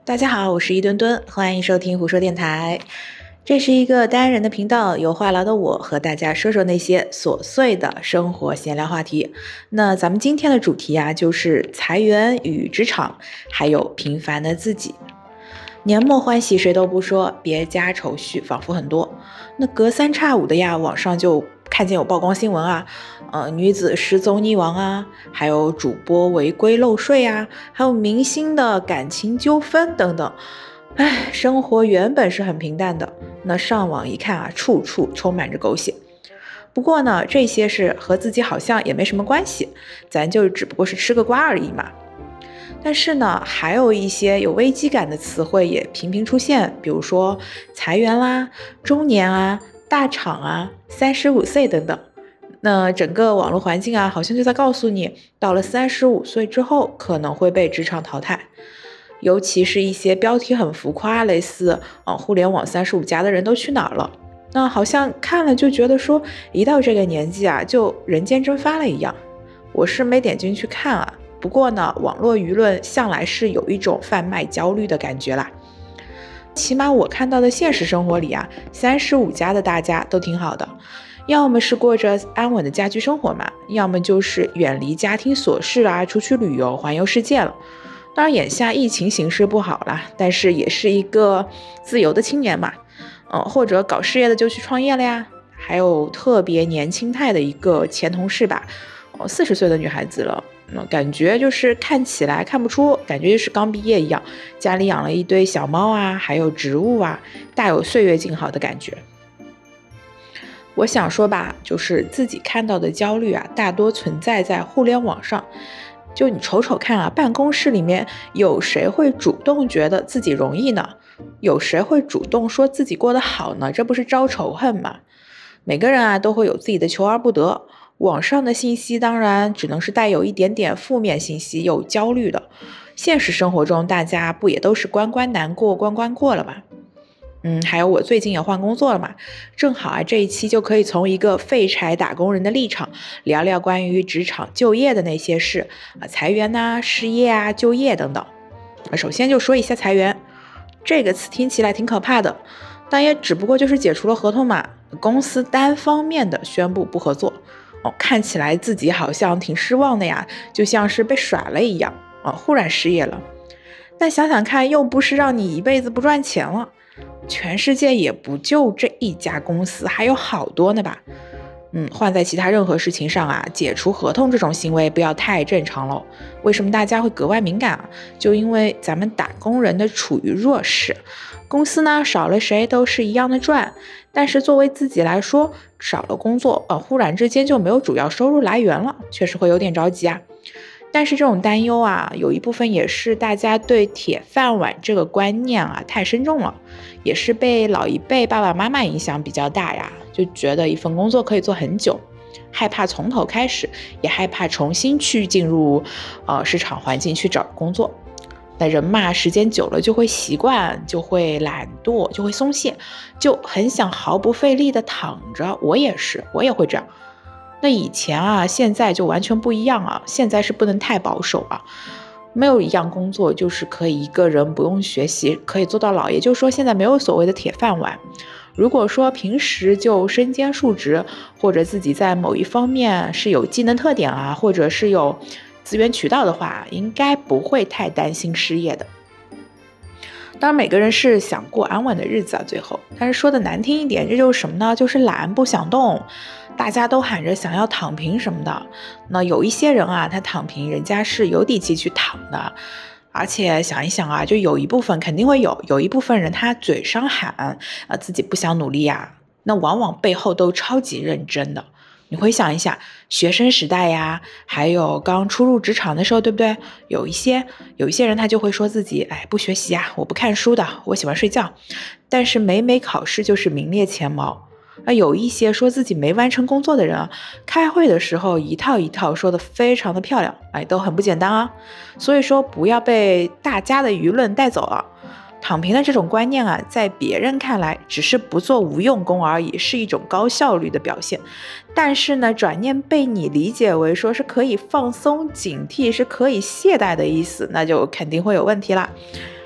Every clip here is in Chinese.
大家好，我是一墩墩，欢迎收听胡说电台。这是一个单人的频道，由话痨的我和大家说说那些琐碎的生活闲聊话题。那咱们今天的主题啊，就是裁员与职场，还有平凡的自己。年末欢喜谁都不说，别家愁绪仿佛很多。那隔三差五的呀，网上就看见有曝光新闻啊，女子失踪溺亡啊，还有主播违规漏税啊，还有明星的感情纠纷等等。唉，生活原本是很平淡的，那上网一看啊，处处充满着狗血。不过呢，这些事和自己好像也没什么关系，咱就只不过是吃个瓜而已嘛。但是呢，还有一些有危机感的词汇也频频出现，比如说裁员啦、中年啊、大厂啊、35岁等等。那整个网络环境啊，好像就在告诉你，到了35岁之后可能会被职场淘汰。尤其是一些标题很浮夸，类似互联网35+的人都去哪儿了，那好像看了就觉得说，一到这个年纪啊，就人间蒸发了一样。我是没点进去看啊，不过呢，网络舆论向来是有一种贩卖焦虑的感觉啦。起码我看到的现实生活里啊，35+的大家都挺好的，要么是过着安稳的家居生活嘛，要么就是远离家庭琐事啊，出去旅游环游世界了。当然眼下疫情形势不好啦，但是也是一个自由的青年嘛，或者搞事业的就去创业了呀。还有特别年轻态的一个前同事吧，40岁的女孩子了，感觉就是看起来看不出，感觉就是刚毕业一样，家里养了一堆小猫啊，还有植物啊，大有岁月静好的感觉。我想说吧，就是自己看到的焦虑啊，大多存在在互联网上。就你瞅瞅看啊，办公室里面有谁会主动觉得自己容易呢？有谁会主动说自己过得好呢？这不是招仇恨吗？每个人啊都会有自己的求而不得，网上的信息当然只能是带有一点点负面信息，有焦虑的。现实生活中大家不也都是关关难过关关过了吗？还有我最近也换工作了嘛，正好啊，这一期就可以从一个废柴打工人的立场聊聊关于职场就业的那些事啊，裁员啊、失业啊、就业等等。首先就说一下裁员，这个词听起来挺可怕的，但也只不过就是解除了合同嘛，公司单方面的宣布不合作。看起来自己好像挺失望的呀，就像是被甩了一样忽然失业了。但想想看，又不是让你一辈子不赚钱了。全世界也不就这一家公司，还有好多呢吧。换在其他任何事情上啊，解除合同这种行为不要太正常了。为什么大家会格外敏感啊？就因为咱们打工人的处于弱势，公司呢少了谁都是一样的赚，但是作为自己来说，少了工作忽然之间就没有主要收入来源了，确实会有点着急啊。但是这种担忧啊，有一部分也是大家对铁饭碗这个观念啊太深重了，也是被老一辈爸爸妈妈影响比较大呀，就觉得一份工作可以做很久，害怕从头开始，也害怕重新去进入市场环境去找工作。那人嘛，时间久了就会习惯，就会懒惰，就会松懈，就很想毫不费力的躺着。我也是，我也会这样。那以前啊，现在就完全不一样啊，现在是不能太保守啊。没有一样工作就是可以一个人不用学习可以做到老，也就是说现在没有所谓的铁饭碗。如果说平时就身兼数职，或者自己在某一方面是有技能特点啊，或者是有资源渠道的话，应该不会太担心失业的。当然每个人是想过安稳的日子啊，最后，但是说的难听一点，这就是什么呢？就是懒，不想动。大家都喊着想要躺平什么的，那有一些人啊，他躺平，人家是有底气去躺的。而且想一想啊，就有一部分肯定会有一部分人他嘴上喊自己不想努力呀，那往往背后都超级认真的。你回想一下学生时代呀，还有刚初入职场的时候，对不对？有一些人他就会说自己不学习啊，我不看书的，我喜欢睡觉，但是每考试就是名列前茅。有一些说自己没完成工作的人啊，开会的时候一套一套说的非常的漂亮，都很不简单啊。所以说不要被大家的舆论带走了。躺平的这种观念啊，在别人看来只是不做无用功而已，是一种高效率的表现。但是呢，转念被你理解为说是可以放松警惕，是可以懈怠的意思，那就肯定会有问题啦。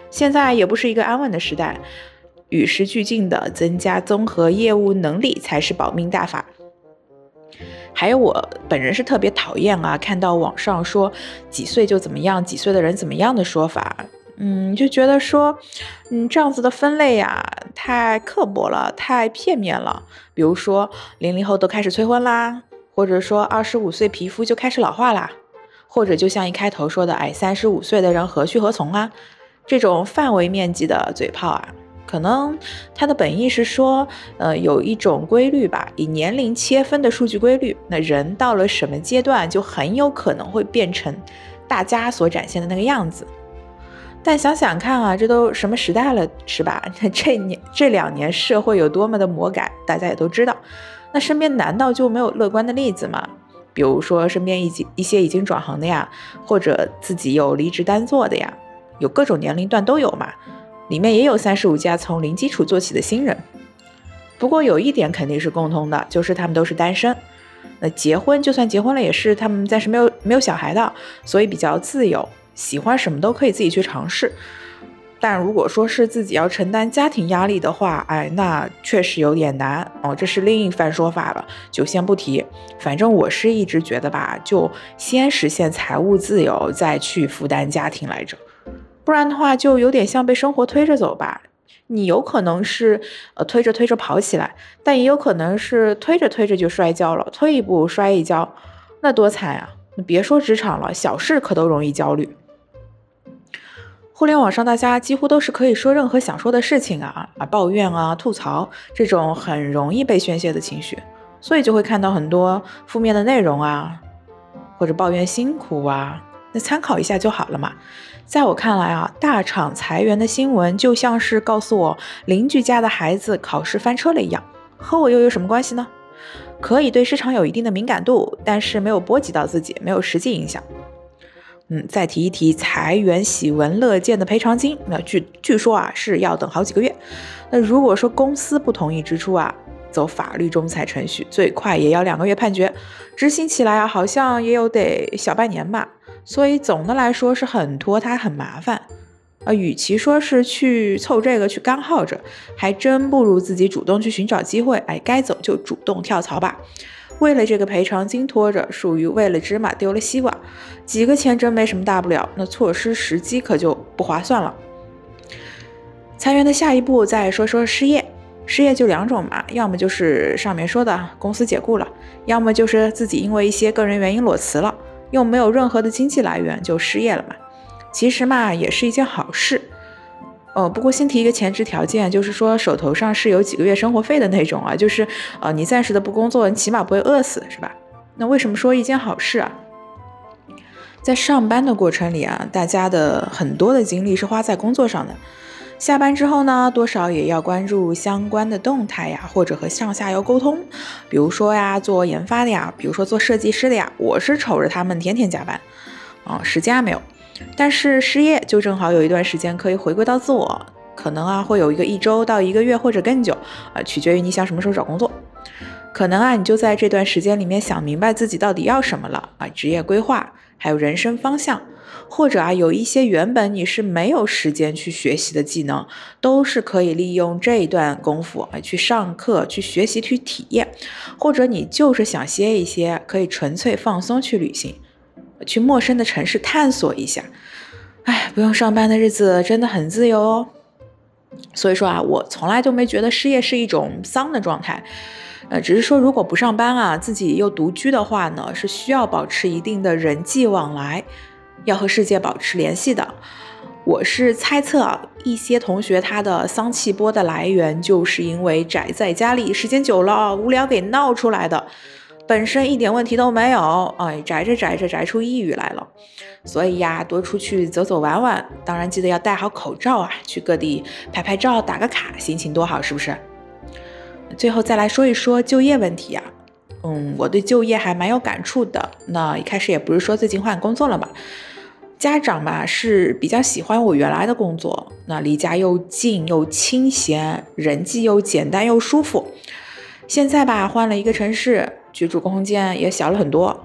现在也不是一个安稳的时代，与时俱进的增加综合业务能力才是保命大法。还有我本人是特别讨厌看到网上说几岁就怎么样，几岁的人怎么样的说法，就觉得说，这样子的分类太刻薄了，太片面了。比如说00后都开始催婚啦，或者说25岁皮肤就开始老化啦，或者就像一开头说的，35岁的人何去何从这种范围面积的嘴炮可能它的本意是说，有一种规律吧，以年龄切分的数据规律，那人到了什么阶段就很有可能会变成大家所展现的那个样子。但想想看这都什么时代了，是吧？这2年社会有多么的魔改，大家也都知道。那身边难道就没有乐观的例子吗？比如说身边一些已经转行的或者自己有离职单做的有各种年龄段都有嘛。里面也有35加从零基础做起的新人。不过有一点肯定是共通的，就是他们都是单身。那结婚就算结婚了，也是他们暂时没有小孩的，所以比较自由，喜欢什么都可以自己去尝试。但如果说是自己要承担家庭压力的话，那确实有点难这是另一番说法了，就先不提。反正我是一直觉得吧，就先实现财务自由，再去负担家庭来着。不然的话就有点像被生活推着走吧。你有可能是推着推着跑起来，但也有可能是推着推着就摔跤了，退一步摔一跤，那多惨别说职场了，小事可都容易焦虑。互联网上大家几乎都是可以说任何想说的事情抱怨吐槽，这种很容易被宣泄的情绪，所以就会看到很多负面的内容或者抱怨辛苦那参考一下就好了嘛。在我看来大厂裁员的新闻就像是告诉我邻居家的孩子考试翻车了一样，和我又有什么关系呢？可以对市场有一定的敏感度，但是没有波及到自己，没有实际影响。再提一提裁员喜闻乐见的赔偿金，那据说是要等好几个月。那如果说公司不同意支出走法律仲裁程序，最快也要2个月判决，执行起来好像也有得小半年吧。所以总的来说是很拖沓很麻烦与其说是去凑这个去干耗着，还真不如自己主动去寻找机会该走就主动跳槽吧。为了这个赔偿金拖着，属于为了芝麻丢了西瓜，几个钱真没什么大不了，那错失时机可就不划算了。裁员的下一步再说说失业。失业就2种嘛，要么就是上面说的公司解雇了，要么就是自己因为一些个人原因裸辞了，又没有任何的经济来源就失业了嘛。其实也是一件好事不过先提一个前置条件，就是说手头上是有几个月生活费的那种就是你暂时的不工作，你起码不会饿死，是吧？那为什么说一件好事在上班的过程里大家的很多的精力是花在工作上的，下班之后呢，多少也要关注相关的动态或者和上下游沟通。比如说做研发的比如说做设计师的我是瞅着他们天天加班时间没有。但是失业就正好有一段时间可以回归到自我，可能会有1周到1个月或者更久取决于你想什么时候找工作。可能你就在这段时间里面想明白自己到底要什么了职业规划还有人生方向，或者有一些原本你是没有时间去学习的技能，都是可以利用这一段功夫去上课去学习去体验，或者你就是想歇一歇，可以纯粹放松去旅行，去陌生的城市探索一下。不用上班的日子真的很自由所以说我从来都没觉得失业是一种丧的状态只是说如果不上班自己又独居的话呢，是需要保持一定的人际往来，要和世界保持联系的。我是猜测一些同学他的丧气波的来源就是因为宅在家里时间久了无聊给闹出来的，本身一点问题都没有宅着宅出抑郁来了。所以多出去走走玩玩，当然记得要戴好口罩去各地拍拍照打个卡，心情多好，是不是？最后再来说一说就业问题我对就业还蛮有感触的。那一开始也不是说最近换工作了嘛，家长是比较喜欢我原来的工作，那离家又近又清闲，人际又简单又舒服。现在换了一个城市，居住空间也小了很多，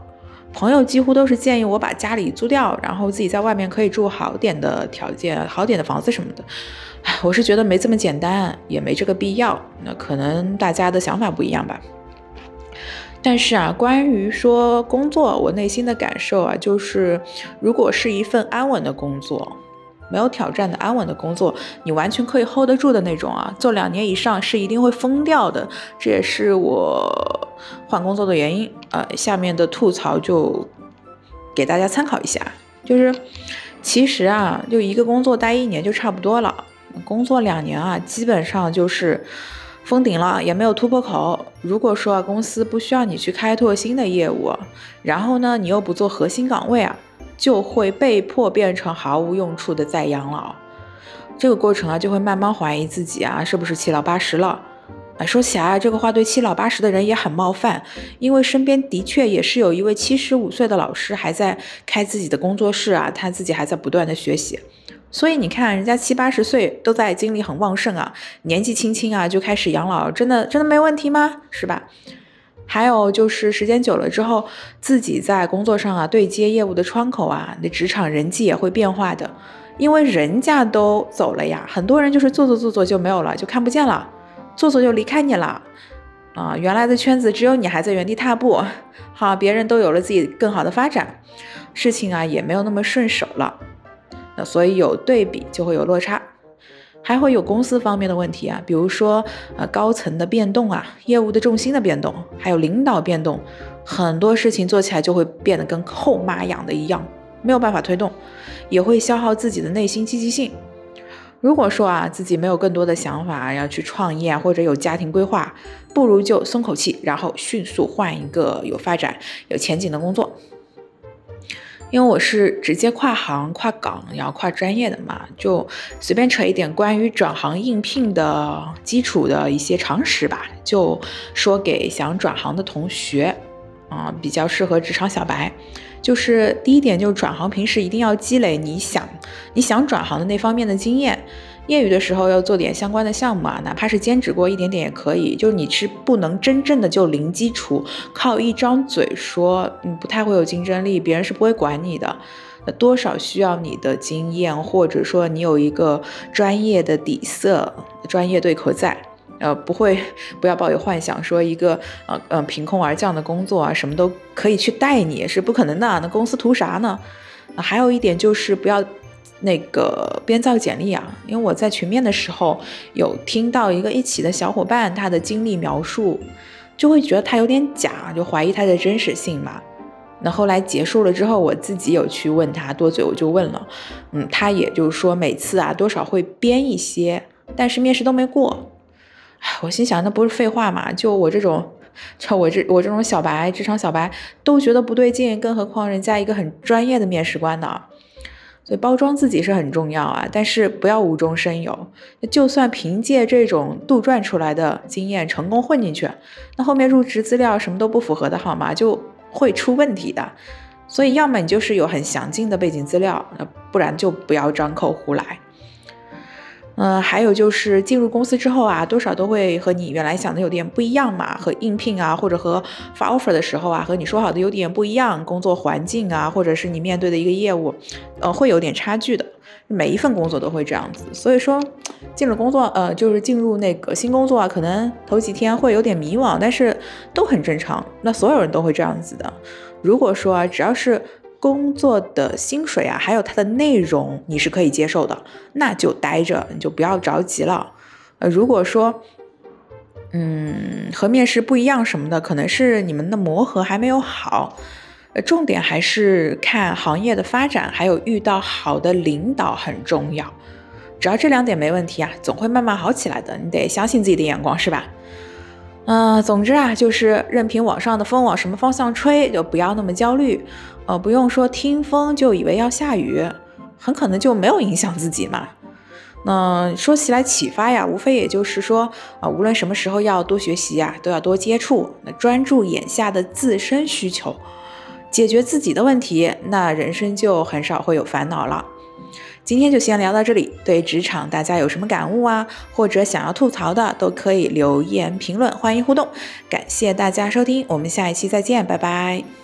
朋友几乎都是建议我把家里租掉，然后自己在外面可以住好点的条件、好点的房子什么的。我是觉得没这么简单，也没这个必要。那可能大家的想法不一样吧。但是啊，关于说工作，我内心的感受啊，就是如果是一份安稳的工作，没有挑战的安稳的工作，你完全可以 hold 得住的那种啊，做2年以上是一定会疯掉的。这也是我换工作的原因。下面的吐槽就给大家参考一下，就是其实啊，就一个工作待1年就差不多了，工作2年啊，基本上就是封顶了，也没有突破口。如果说公司不需要你去开拓新的业务，然后呢，你又不做核心岗位啊，就会被迫变成毫无用处的在养老。这个过程啊，就会慢慢怀疑自己啊，是不是七老八十了。说起来，这个话对七老八十的人也很冒犯，因为身边的确也是有一位75岁的老师还在开自己的工作室啊，他自己还在不断的学习。所以你看，人家70、80岁都在精力很旺盛啊，年纪轻轻啊就开始养老，真的没问题吗？是吧？还有就是时间久了之后，自己在工作上啊对接业务的窗口啊，那职场人际也会变化的，因为人家都走了呀，很多人就是做就没有了，就看不见了，做就离开你了啊，原来的圈子只有你还在原地踏步，好，别人都有了自己更好的发展，事情啊也没有那么顺手了。那所以有对比就会有落差，还会有公司方面的问题啊，比如说高层的变动啊，业务的重心的变动，还有领导变动，很多事情做起来就会变得跟后妈养的一样，没有办法推动，也会消耗自己的内心积极性。如果说啊自己没有更多的想法要去创业啊，或者有家庭规划，不如就松口气，然后迅速换一个有发展有前景的工作。因为我是直接跨行跨岗然后跨专业的嘛，就随便扯一点关于转行应聘的基础的一些常识吧，就说给想转行的同学比较适合职场小白。就是第一点，就是转行平时一定要积累你想转行的那方面的经验，业余的时候要做点相关的项目啊，哪怕是兼职过一点点也可以，就是你是不能真正的就零基础靠一张嘴说你不太会有竞争力，别人是不会管你的，多少需要你的经验，或者说你有一个专业的底色，专业对口在。不要抱有幻想，说一个凭空而降的工作啊，什么都可以去带你，是不可能的。那公司图啥呢？还有一点就是不要那个编造简历啊，因为我在群面的时候有听到一起的小伙伴他的经历描述，就会觉得他有点假，就怀疑他的真实性嘛。那后来结束了之后，我自己有去问他，多嘴我就问了，他也就是说每次啊多少会编一些，但是面试都没过。我心想那不是废话嘛，就我这种小白，职场小白都觉得不对劲，更何况人家一个很专业的面试官呢。所以包装自己是很重要啊，但是不要无中生有，就算凭借这种杜撰出来的经验成功混进去，那后面入职资料什么都不符合的好吗，就会出问题的。所以要么你就是有很详尽的背景资料，不然就不要张口胡来。还有就是进入公司之后啊，多少都会和你原来想的有点不一样嘛，和应聘啊，或者和发 offer 的时候啊，和你说好的有点不一样，工作环境啊，或者是你面对的一个业务，会有点差距的。每一份工作都会这样子，所以说进入那个新工作啊，可能头几天会有点迷惘，但是都很正常，那所有人都会这样子的。如果说啊，只要是工作的薪水啊，还有它的内容你是可以接受的，那就待着，你就不要着急了。如果说和面试不一样什么的，可能是你们的磨合还没有好，重点还是看行业的发展，还有遇到好的领导很重要。只要这2点没问题啊，总会慢慢好起来的，你得相信自己的眼光，是吧？总之啊，就是任凭网上的风往什么方向吹，就不要那么焦虑。不用说听风就以为要下雨，很可能就没有影响自己嘛。那说起来启发呀，无非也就是说无论什么时候要多学习啊，都要多接触，专注眼下的自身需求，解决自己的问题，那人生就很少会有烦恼了。今天就先聊到这里，对职场大家有什么感悟啊，或者想要吐槽的都可以留言评论，欢迎互动。感谢大家收听，我们下一期再见，拜拜。